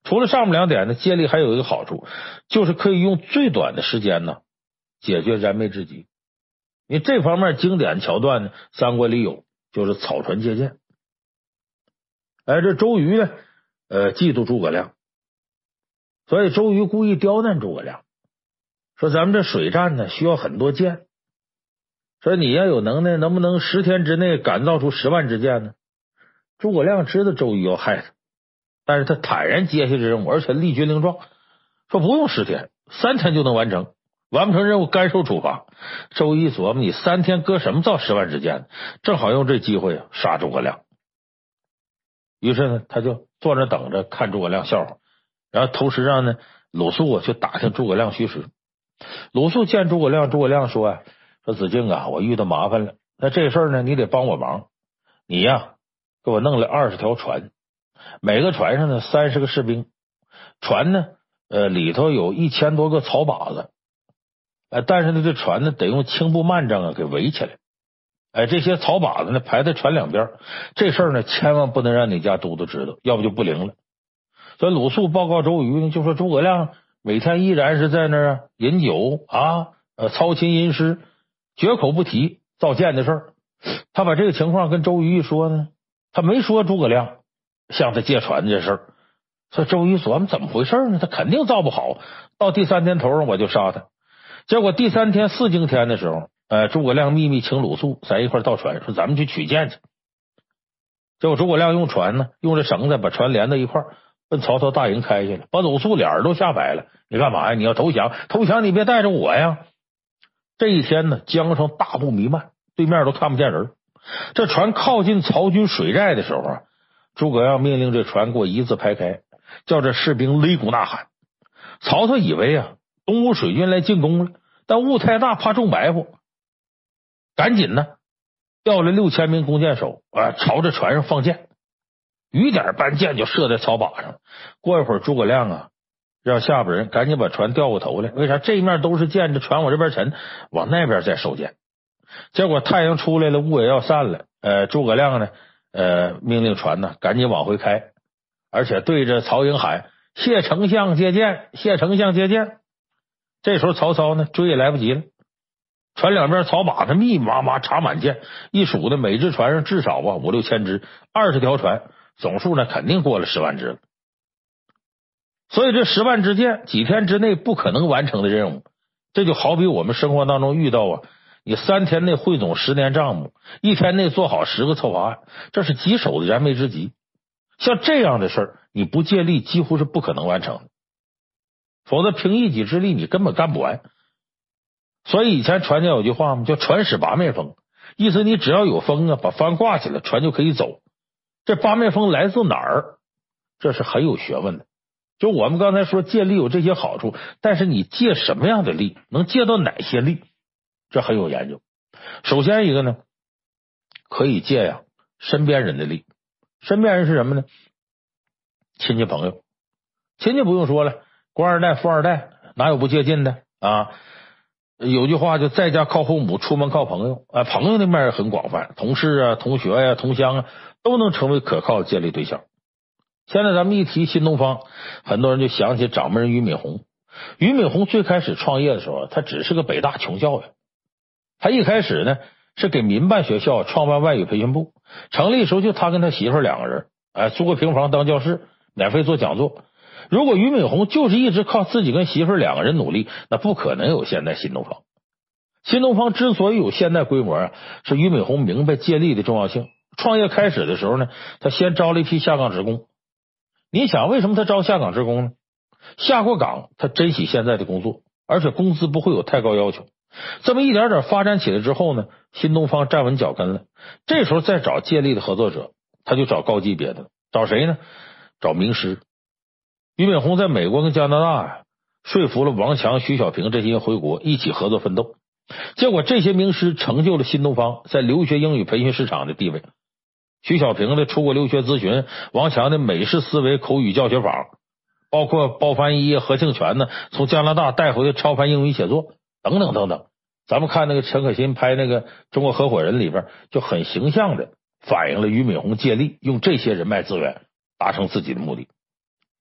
除了上面两点呢，借力还有一个好处，就是可以用最短的时间呢解决燃眉之急。你这方面经典桥段呢，三国里有，就是草船借箭。哎，这周瑜呢，呃，嫉妒诸葛亮，所以周瑜故意刁难诸葛亮，说咱们这水战呢需要很多箭，说你要有能耐，能不能十天之内赶造出十万支箭呢？诸葛亮知道周瑜要害他，但是他坦然接下这任务，而且力军令状，说不用十天，三天就能完成，完不成任务干受处罚。周瑜一琢磨，你三天搁什么造十万支箭？正好用这机会啊杀诸葛亮。于是呢，他就坐那等着看诸葛亮笑话，然后同时让呢鲁肃啊去打听诸葛亮虚实。鲁肃见诸葛亮，诸葛亮说啊，说子敬啊，我遇到麻烦了，那这事儿呢你得帮我忙，你呀给我弄了二十条船，每个船上呢三十个士兵，船呢呃里头有一千多个草靶子，呃但是呢这船呢得用青布幔帐啊给围起来。哎，这些草靶子呢排在船两边，这事儿呢千万不能让你家都督知道，要不就不灵了。所以鲁肃报告周瑜呢，就说诸葛亮每天依然是在那儿饮酒啊，呃，操琴吟诗，绝口不提造箭的事儿。他把这个情况跟周瑜一说呢，他没说诸葛亮向他借船这事儿。所以周瑜琢磨怎么回事呢？他肯定造不好，到第三天头上我就杀他。结果第三天四更天的时候，呃，诸葛亮秘密请鲁肃在一块造船，说咱们去取箭去。结果诸葛亮用船呢，用这绳子把船连到一块儿，奔曹操大营开去了，把鲁肃脸儿都吓白了。你干嘛呀？你要投降？投降你别带着我呀！这一天呢，江上大雾弥漫，对面都看不见人。这船靠近曹军水寨的时候啊，诸葛亮命令这船给我一字排开，叫这士兵擂鼓呐喊。曹操以为啊，东吴水军来进攻了，但雾太大，怕中埋伏，赶紧呢调了六千名弓箭手啊，朝着船上放箭，雨点般箭就射在草靶上。过一会儿，诸葛亮啊让下边人赶紧把船调过头来，为啥？这一面都是箭，这船往这边沉，往那边再收箭。结果太阳出来了，雾也要散了，呃，诸葛亮呢，呃，命令船呢赶紧往回开，而且对着曹营喊：“谢丞相接见，谢丞相接见。”这时候曹操呢追也来不及了，船两边草靶子密密麻麻插满箭，一数呢，每只船上至少啊五六千只，二十条船，总数呢肯定过了十万只了。所以这十万支箭几天之内不可能完成的任务，这就好比我们生活当中遇到啊，你三天内汇总十年账目，一天内做好十个策划案，这是棘手的燃眉之急。像这样的事儿，你不借力几乎是不可能完成的，否则凭一己之力你根本干不完。所以以前船家有句话嘛，叫船使八面风，意思你只要有风啊，把帆挂起来，船就可以走。这八面风来自哪儿？这是很有学问的。就我们刚才说借力有这些好处，但是你借什么样的力，能借到哪些力，这很有研究。首先一个呢，可以借呀身边人的力。身边人是什么呢？亲戚朋友。亲戚不用说了，官二代富二代哪有不借劲的啊？有句话就在家靠父母，出门靠朋友啊。朋友那面也很广泛，同事啊、同学呀、啊、同乡啊，都能成为可靠的借力对象。现在咱们一提新东方，很多人就想起掌门人俞敏洪。俞敏洪最开始创业的时候，他只是个北大穷教员。他一开始呢是给民办学校创办外语培训部，成立的时候就他跟他媳妇两个人，哎，租个平房当教室，免费做讲座。如果俞敏洪就是一直靠自己跟媳妇两个人努力，那不可能有现在新东方。新东方之所以有现在规模啊，是俞敏洪明白借力的重要性。创业开始的时候呢，他先招了一批下岗职工。你想为什么他招下岗职工呢？下过岗他珍惜现在的工作，而且工资不会有太高要求。这么一点点发展起来之后呢，新东方站稳脚跟了。这时候再找借力的合作者，他就找高级别的，找谁呢？找名师。俞敏洪在美国跟加拿大啊，说服了王强、徐小平这些人回国一起合作奋斗。结果这些名师成就了新东方在留学英语培训市场的地位。徐小平的出国留学咨询，王强的美式思维口语教学法，包括包凡一、何庆全呢从加拿大带回的超凡英语写作等等等等。咱们看那个陈可辛拍那个《中国合伙人》里边，就很形象的反映了俞敏洪借力用这些人脉资源达成自己的目的。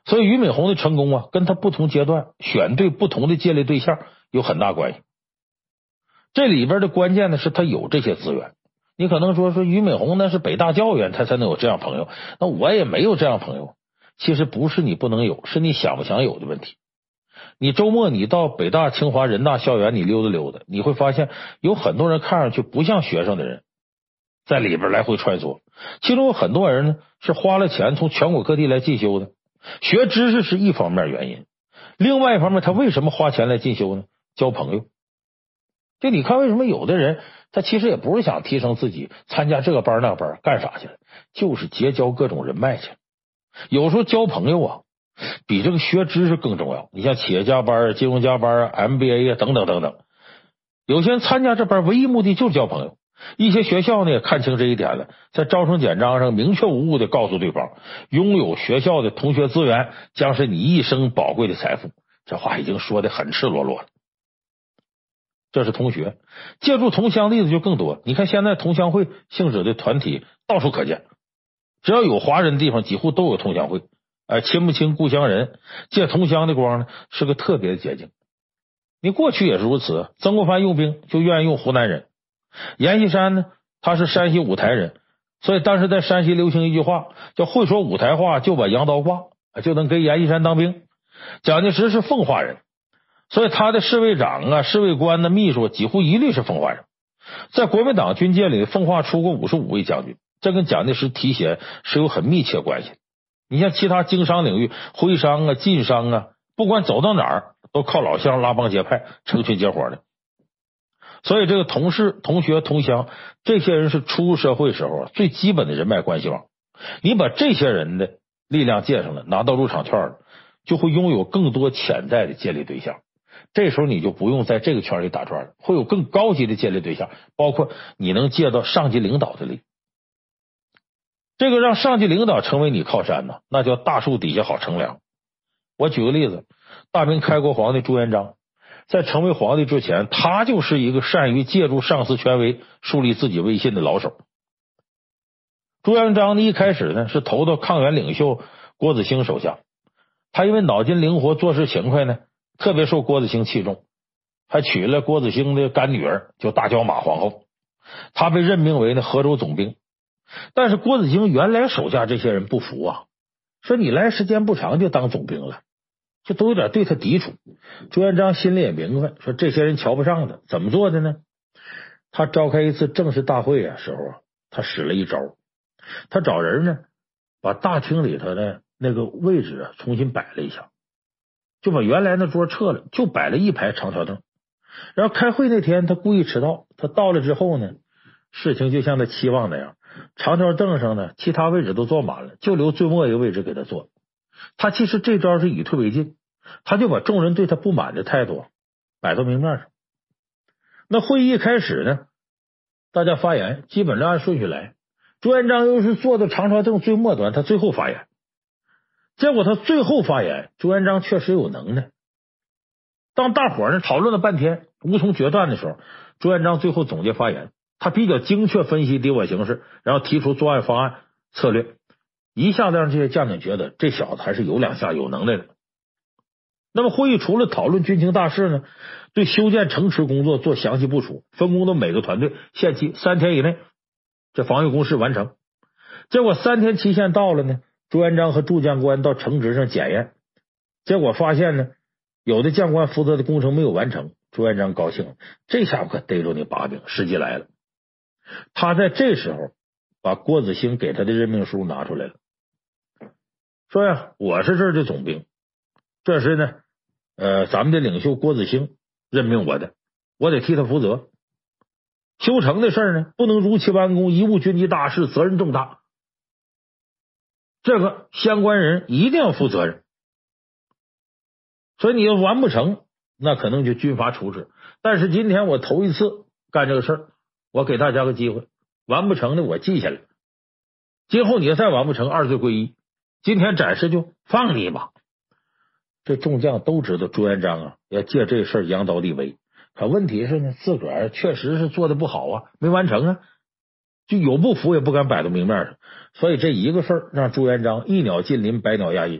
所以俞敏洪的成功啊，跟他不同阶段选对不同的借力对象有很大关系。这里边的关键呢，是他有这些资源。你可能说说俞敏洪那是北大教员，他才能有这样朋友，那我也没有这样朋友。其实不是你不能有，是你想不想有的问题。你周末你到北大、清华、人大校园你溜达溜达，你会发现有很多人看上去不像学生的人在里边来回穿梭，其中有很多人呢是花了钱从全国各地来进修的。学知识是一方面原因，另外一方面他为什么花钱来进修呢？交朋友。就你看为什么有的人他其实也不是想提升自己，参加这个班那个班干啥去了，就是结交各种人脉去了。有时候交朋友啊比这个学知识更重要。你像企业家班、金融家班、M B A 啊等等等等，有些人参加这班唯一目的就是交朋友。一些学校呢也看清这一点了，在招生简章上明确无误的告诉对方，拥有学校的同学资源将是你一生宝贵的财富。这话已经说的很赤裸裸了。这是同学，借助同乡例子就更多。你看现在同乡会性质的团体到处可见，只要有华人的地方几乎都有同乡会。哎，亲不亲故乡人，借同乡的光呢是个特别的捷径。你过去也是如此，曾国藩用兵就愿意用湖南人，阎锡山呢他是山西五台人，所以当时在山西流行一句话叫会说五台话就把羊刀挂，就能给阎锡山当兵。蒋介石是奉化人，所以他的侍卫长啊、侍卫官的秘书几乎一律是奉化人。在国民党军界里，奉化出过五十五位将军，这跟蒋介石提携是有很密切关系的。你像其他经商领域，徽商啊、晋商啊，不管走到哪儿都靠老乡拉帮结派、成群结伙的。所以这个同事、同学、同乡，这些人是初入社会时候最基本的人脉关系网。你把这些人的力量借上了，拿到入场券了，就会拥有更多潜在的借力对象。这时候你就不用在这个圈里打转了，会有更高级的借力对象，包括你能借到上级领导的力。这个让上级领导成为你靠山呢，那叫大树底下好乘凉。我举个例子，大明开国皇帝朱元璋在成为皇帝之前，他就是一个善于借助上司权威树立自己威信的老手。朱元璋一开始呢是投到抗元领袖郭子兴手下，他因为脑筋灵活做事勤快呢，特别受郭子兴器重，还娶了郭子兴的干女儿就大脚马皇后，他被任命为呢河州总兵。但是郭子兴原来手下这些人不服啊，说你来时间不长就当总兵了，就都有点对他抵触。朱元璋心里也明白，说这些人瞧不上他，怎么做的呢？他召开一次正式大会啊时候啊，他使了一招，他找人呢把大厅里头的那个位置啊重新摆了一下，就把原来那桌撤了，就摆了一排长条凳。然后开会那天他故意迟到，他到了之后呢，事情就像他期望那样，长条凳上呢其他位置都坐满了，就留最末一个位置给他坐。他其实这招是以退为进，他就把众人对他不满的态度摆到明面上。那会议开始呢，大家发言基本上按顺序来，朱元璋又是坐到长条凳最末端，他最后发言。结果他最后发言，朱元璋确实有能耐。当大伙儿呢讨论了半天无从决断的时候，朱元璋最后总结发言，他比较精确分析敌我形势，然后提出作案方案策略，一下子让这些将领觉得这小子还是有两下有能耐的。那么会议除了讨论军情大事呢，对修建城池工作做详细部署，分工到每个团队，限期三天以内这防御工事完成。结果三天期限到了呢，朱元璋和诸将官到城池上检验，结果发现呢，有的将官负责的工程没有完成。朱元璋高兴了，这下可逮住你把柄，时机来了。他在这时候把郭子兴给他的任命书拿出来了，说呀，我是这儿的总兵，这是呢呃，咱们的领袖郭子兴任命我的，我得替他负责。修城的事儿呢，不能如期完工，贻误军机大事，责任重大。这个相关人一定要负责任。所以你要完不成，那可能就军阀处置。但是今天我头一次干这个事儿，我给大家个机会，完不成的我记下来，今后你要再完不成，二罪归一。今天暂时就放你一马。这众将都知道朱元璋啊要借这事儿扬刀立威，可问题是呢，自个儿确实是做的不好啊，没完成啊，就有不服也不敢摆到明面上。所以这一个事儿让朱元璋一鸟近林，百鸟压阴，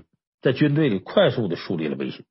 在军队里快速的树立了威信。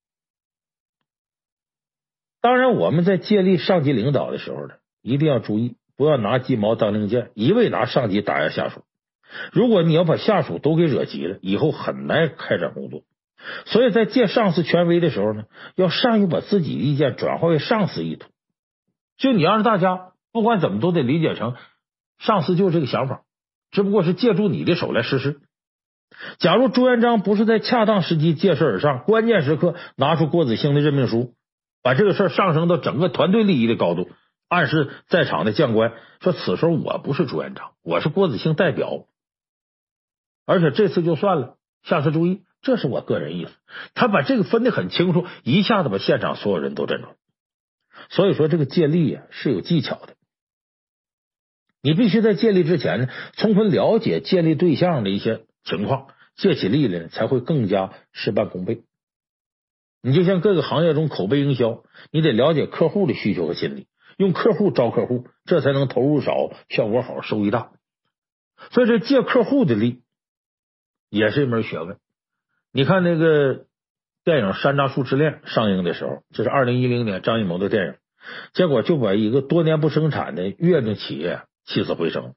当然，我们在借力上级领导的时候呢，一定要注意，不要拿鸡毛当令箭，一味拿上级打压下属。如果你要把下属都给惹急了，以后很难开展工作。所以在借上司权威的时候呢，要善于把自己的意见转化为上司意图。就你要让大家不管怎么都得理解成上司就是这个想法，只不过是借助你的手来实施。假如朱元璋不是在恰当时机借势而上，关键时刻拿出郭子兴的任命书，把这个事儿上升到整个团队利益的高度，暗示在场的将官说此时候我不是朱元璋，我是郭子兴代表。而且这次就算了，下次注意，这是我个人意思。他把这个分得很清楚，一下子把现场所有人都镇住了。所以说这个借力啊是有技巧的，你必须在借力之前呢，充分了解借力对象的一些情况，借起力来才会更加事半功倍。你就像各个行业中口碑营销，你得了解客户的需求和心理，用客户招客户，这才能投入少，效果好，收益大。所以这借客户的力也是一门学问。你看那个电影《山楂树之恋》上映的时候，这是二零一零年张艺谋的电影，结果就把一个多年不生产的月饼企业起死回生。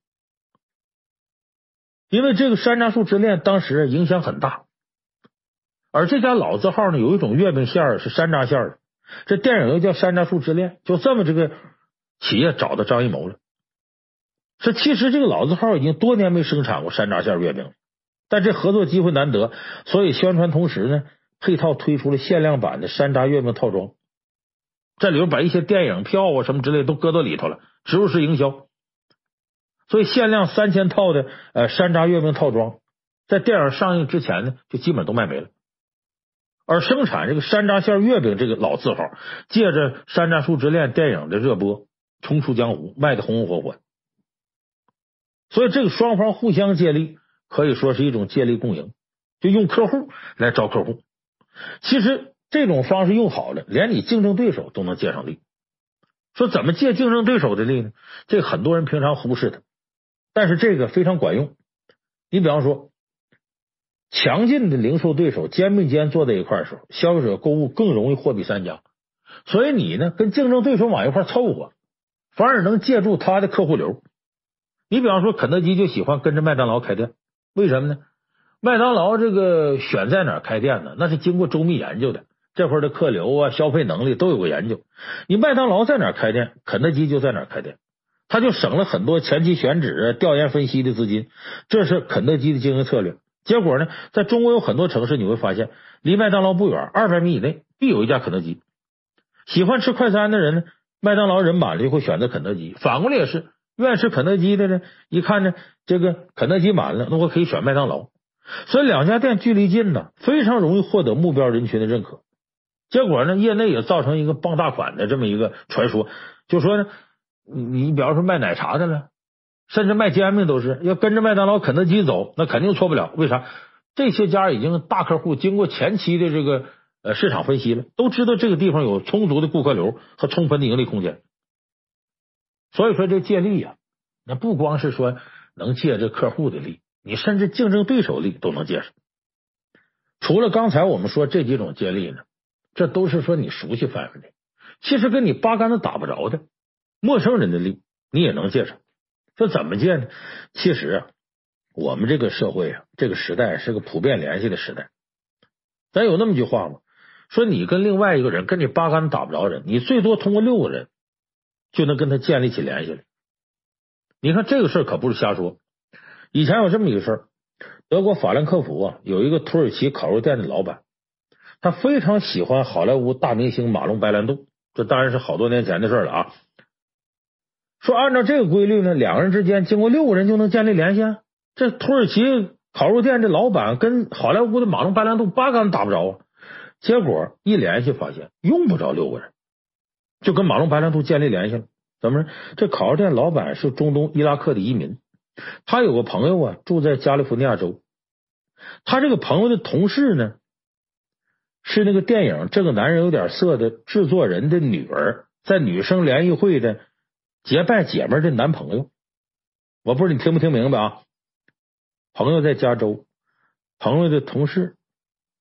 因为这个《山楂树之恋》当时影响很大，而这家老字号呢，有一种月饼馅是山楂馅的，这电影又叫《山楂树之恋》，就这么这个企业找到张艺谋了。是其实这个老字号已经多年没生产过山楂馅月饼了，但这合作机会难得，所以宣传同时呢，配套推出了限量版的山楂月饼套装，这里边把一些电影票啊什么之类都搁到里头了，植入式营销。所以限量三千套的呃山楂月饼套装，在电影上映之前呢，就基本都卖没了。而生产这个山楂馅月饼这个老字号，借着《山楂树之恋》电影的热播，冲出江湖，卖得红红火火。所以这个双方互相借力，可以说是一种借力共赢，就用客户来招客户。其实这种方式用好了，连你竞争对手都能借上力。说怎么借竞争对手的力呢？这很多人平常忽视它，但是这个非常管用。你比方说，强劲的零售对手肩并肩坐在一块的时候，消费者购物更容易货比三家。所以你呢，跟竞争对手往一块凑合，反而能借助他的客户流。你比方说，肯德基就喜欢跟着麦当劳开店，为什么呢？麦当劳这个选在哪儿开店呢？那是经过周密研究的，这会儿的客流啊、消费能力都有个研究。你麦当劳在哪儿开店，肯德基就在哪儿开店，他就省了很多前期选址、调研分析的资金，这是肯德基的经营策略。结果呢，在中国有很多城市，你会发现离麦当劳不远，二百米以内必有一家肯德基。喜欢吃快餐的人呢，麦当劳人满了就会选择肯德基，反过来也是。愿意吃肯德基的呢，一看呢，这个肯德基满了，那我可以选麦当劳。所以两家店距离近呢，非常容易获得目标人群的认可。结果呢，业内也造成一个傍大款的这么一个传说，就说呢，你比方说卖奶茶的了，甚至卖煎饼都是要跟着麦当劳、肯德基走，那肯定错不了。为啥？这些家已经大客户经过前期的这个呃市场分析了，都知道这个地方有充足的顾客流和充分的盈利空间。所以说这借力啊，那不光是说能借这客户的力，你甚至竞争对手力都能借上。除了刚才我们说这几种借力呢，这都是说你熟悉范围内，其实跟你八竿子打不着的陌生人的力你也能借上。说怎么借呢？其实啊，我们这个社会啊，这个时代是个普遍联系的时代。咱有那么句话吗？说你跟另外一个人跟你八竿子打不着人，你最多通过六个人就能跟他建立起联系来。你看这个事儿可不是瞎说。以前有这么一个事儿，德国法兰克福啊，有一个土耳其烤肉店的老板，他非常喜欢好莱坞大明星马龙白兰度，这当然是好多年前的事了啊。说按照这个规律呢，两个人之间经过六个人就能建立联系啊。这土耳其烤肉店的老板跟好莱坞的马龙白兰度八竿子打不着啊。结果一联系发现用不着六个人，就跟马龙白兰度建立联系了。怎么着？这烤肉店老板是中东伊拉克的移民，他有个朋友啊，住在加利福尼亚州。他这个朋友的同事呢，是那个电影《这个男人有点色》的制作人的女儿，在女生联谊会的结拜姐妹的男朋友。我不知道你听不听明白啊？朋友在加州，朋友的同事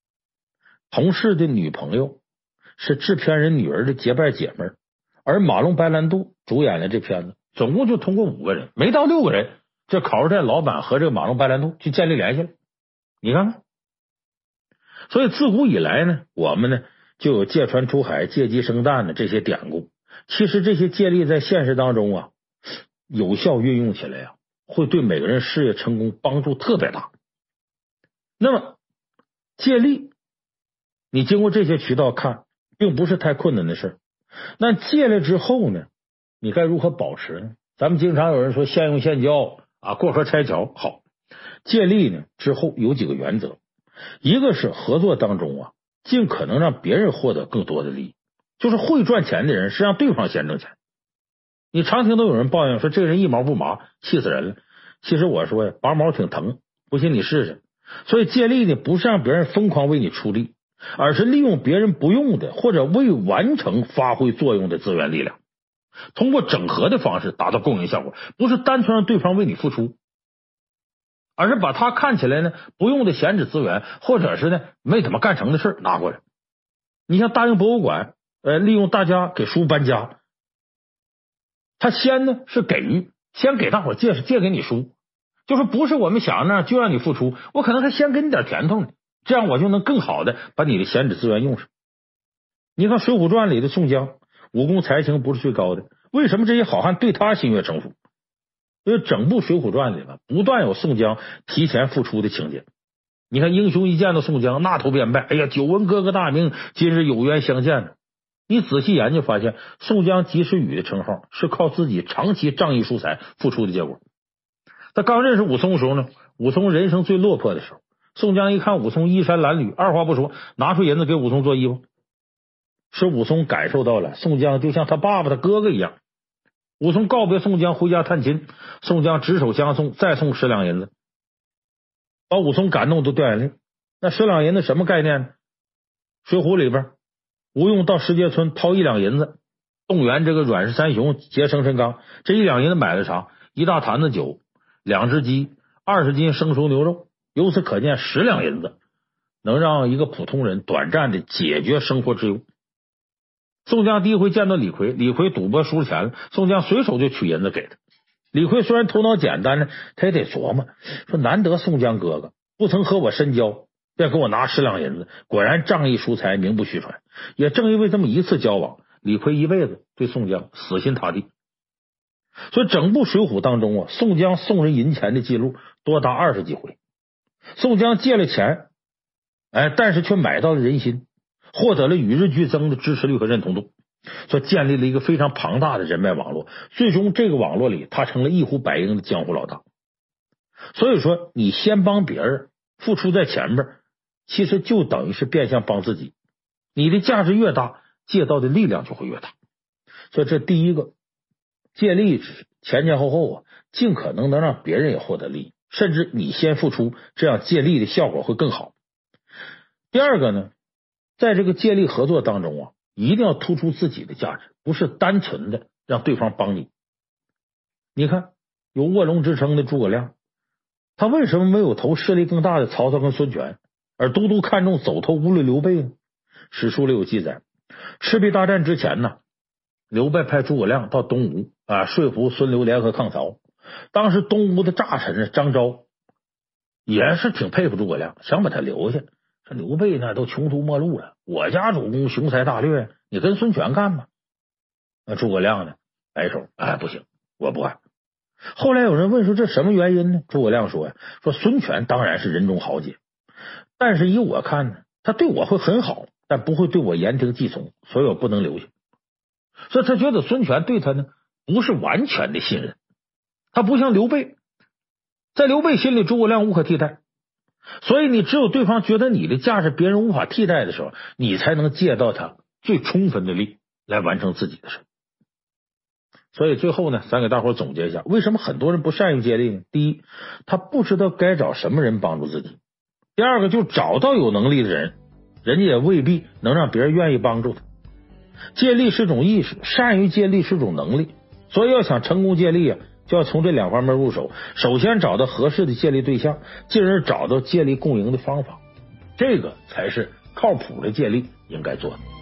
同事的女朋友是制片人女儿的结拜姐妹，而马龙白兰度主演了这片子，总共就通过五个人，没到六个人，这烤肉店老板和这个马龙白兰度就建立联系了。你看看，所以自古以来呢，我们呢就有借船出海、借机生蛋的这些典故。其实这些借力在现实当中啊，有效运用起来啊，会对每个人事业成功帮助特别大。那么借力，你经过这些渠道看，并不是太困难的事。那借了之后呢，你该如何保持呢？咱们经常有人说现用现交啊，过河拆桥。好，借力呢之后有几个原则，一个是合作当中啊，尽可能让别人获得更多的利益，就是会赚钱的人是让对方先挣钱。你常听都有人抱怨说这个人一毛不拔，气死人了。其实我说呀，拔毛挺疼，不信你试试。所以借力呢，不是让别人疯狂为你出力，而是利用别人不用的或者未完成发挥作用的资源力量，通过整合的方式达到共赢效果，不是单纯让对方为你付出，而是把他看起来呢不用的闲置资源，或者是呢没怎么干成的事拿过来。你像大英博物馆，呃，利用大家给书搬家，他先呢是给予，先给大伙借借给你书，就是不是我们想那就让你付出，我可能还先给你点甜头呢，这样我就能更好的把你的闲置资源用上。你看《水浒传》里的宋江，武功才情不是最高的，为什么这些好汉对他心悦诚服？因为整部《水浒传》里边不断有宋江提前付出的情节。你看英雄一见到宋江纳头便拜，哎呀，久闻哥哥大名，今日有缘相见。你仔细研究发现，宋江及时雨的称号是靠自己长期仗义疏财付出的结果。他刚认识武松的时候呢，武松人生最落魄的时候，宋江一看武松衣衫褴褛，二话不说拿出银子给武松做衣服，使武松感受到了宋江就像他爸爸他哥哥一样。武松告别宋江回家探亲，宋江执手相送，再送十两银子，把武松感动都掉眼泪。那十两银子什么概念呢？水浒里边吴用到石碣村掏一两银子，动员这个阮氏三雄结生辰纲，这一两银子买了啥？一大坛子酒，两只鸡，二十斤生熟牛肉。由此可见，十两银子能让一个普通人短暂的解决生活之忧。宋江第一回见到李逵，李逵赌博输了钱了，宋江随手就取银子给他。李逵虽然头脑简单呢，他也得琢磨，说难得宋江哥哥不曾和我深交，便给我拿十两银子，果然仗义疏财，名不虚传。也正因为这么一次交往，李逵一辈子对宋江死心塌地。所以整部水浒当中啊，宋江送人银钱的记录多达二十几回。宋江借了钱，哎，但是却买到了人心，获得了与日俱增的支持率和认同度，所以建立了一个非常庞大的人脉网络。最终这个网络里，他成了一呼百应的江湖老大。所以说，你先帮别人，付出在前边，其实就等于是变相帮自己。你的价值越大，借到的力量就会越大。所以这第一个，借力前前后后啊，尽可能能让别人也获得利益，甚至你先付出，这样借力的效果会更好。第二个呢，在这个借力合作当中啊，一定要突出自己的价值，不是单纯的让对方帮你。你看有卧龙之称的诸葛亮，他为什么没有投势力更大的曹操跟孙权，而独独看中走投无路刘备呢？史书里有记载，赤壁大战之前呢，刘备派诸葛亮到东吴啊，说服孙刘联合抗曹。当时东吴的诈臣张昭也是挺佩服诸葛亮，想把他留下。这刘备呢都穷途末路了，我家主公雄才大略，你跟孙权干吧。那诸葛亮呢摆手，哎，不行，我不干。后来有人问说这什么原因呢？诸葛亮说呀，说孙权当然是人中豪杰，但是以我看呢，他对我会很好，但不会对我言听计从，所以我不能留下。所以他觉得孙权对他呢不是完全的信任，他不像刘备，在刘备心里诸葛亮无可替代。所以你只有对方觉得你的价值别人无法替代的时候，你才能借到他最充分的力来完成自己的事。所以最后呢，咱给大伙总结一下，为什么很多人不善于借力呢？第一，他不知道该找什么人帮助自己；第二个，就找到有能力的人，人家也未必能让别人愿意帮助他。借力是种艺术，善于借力是种能力，所以要想成功借力啊，就要从这两方面入手。首先找到合适的借力对象，进而找到借力共赢的方法，这个才是靠谱的借力应该做的。